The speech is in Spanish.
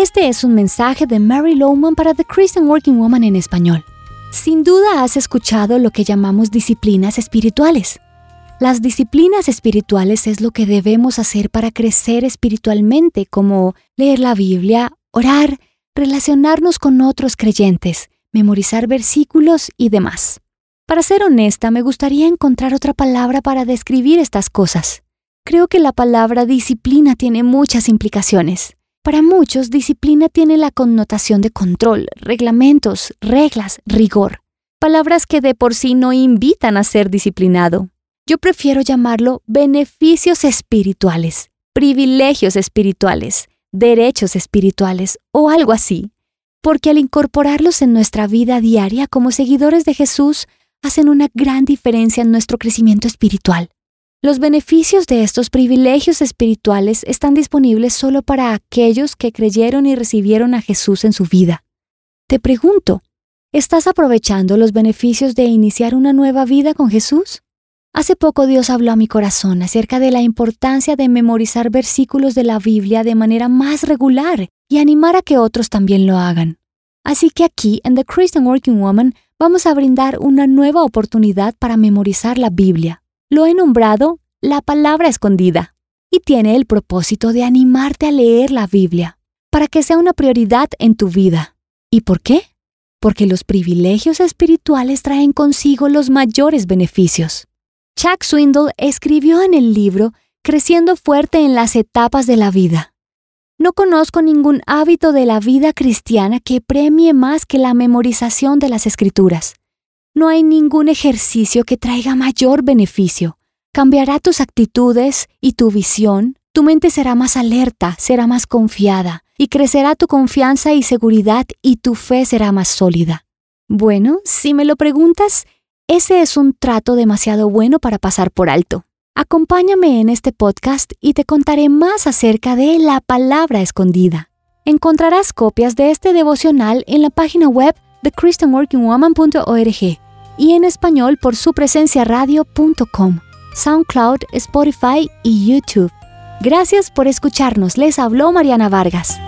Este es un mensaje de Mary Lowman para The Christian Working Woman en español. Sin duda has escuchado lo que llamamos disciplinas espirituales. Las disciplinas espirituales es lo que debemos hacer para crecer espiritualmente, como leer la Biblia, orar, relacionarnos con otros creyentes, memorizar versículos y demás. Para ser honesta, me gustaría encontrar otra palabra para describir estas cosas. Creo que la palabra disciplina tiene muchas implicaciones. Para muchos, disciplina tiene la connotación de control, reglamentos, reglas, rigor. Palabras que de por sí no invitan a ser disciplinado. Yo prefiero llamarlo beneficios espirituales, privilegios espirituales, derechos espirituales o algo así, porque al incorporarlos en nuestra vida diaria como seguidores de Jesús, hacen una gran diferencia en nuestro crecimiento espiritual. Los beneficios de estos privilegios espirituales están disponibles solo para aquellos que creyeron y recibieron a Jesús en su vida. Te pregunto, ¿estás aprovechando los beneficios de iniciar una nueva vida con Jesús? Hace poco Dios habló a mi corazón acerca de la importancia de memorizar versículos de la Biblia de manera más regular y animar a que otros también lo hagan. Así que aquí, en The Christian Working Woman, vamos a brindar una nueva oportunidad para memorizar la Biblia. Lo he nombrado la palabra escondida y tiene el propósito de animarte a leer la Biblia para que sea una prioridad en tu vida. ¿Y por qué? Porque los privilegios espirituales traen consigo los mayores beneficios. Chuck Swindoll escribió en el libro Creciendo fuerte en las etapas de la vida. No conozco ningún hábito de la vida cristiana que premie más que la memorización de las Escrituras. No hay ningún ejercicio que traiga mayor beneficio. Cambiará tus actitudes y tu visión, tu mente será más alerta, será más confiada, y crecerá tu confianza y seguridad y tu fe será más sólida. Bueno, si me lo preguntas, ese es un trato demasiado bueno para pasar por alto. Acompáñame en este podcast y te contaré más acerca de la palabra escondida. Encontrarás copias de este devocional en la página web de christianworkingwoman.org y en español por supresenciaradio.com, SoundCloud, Spotify y YouTube. Gracias por escucharnos. Les habló Mariana Vargas.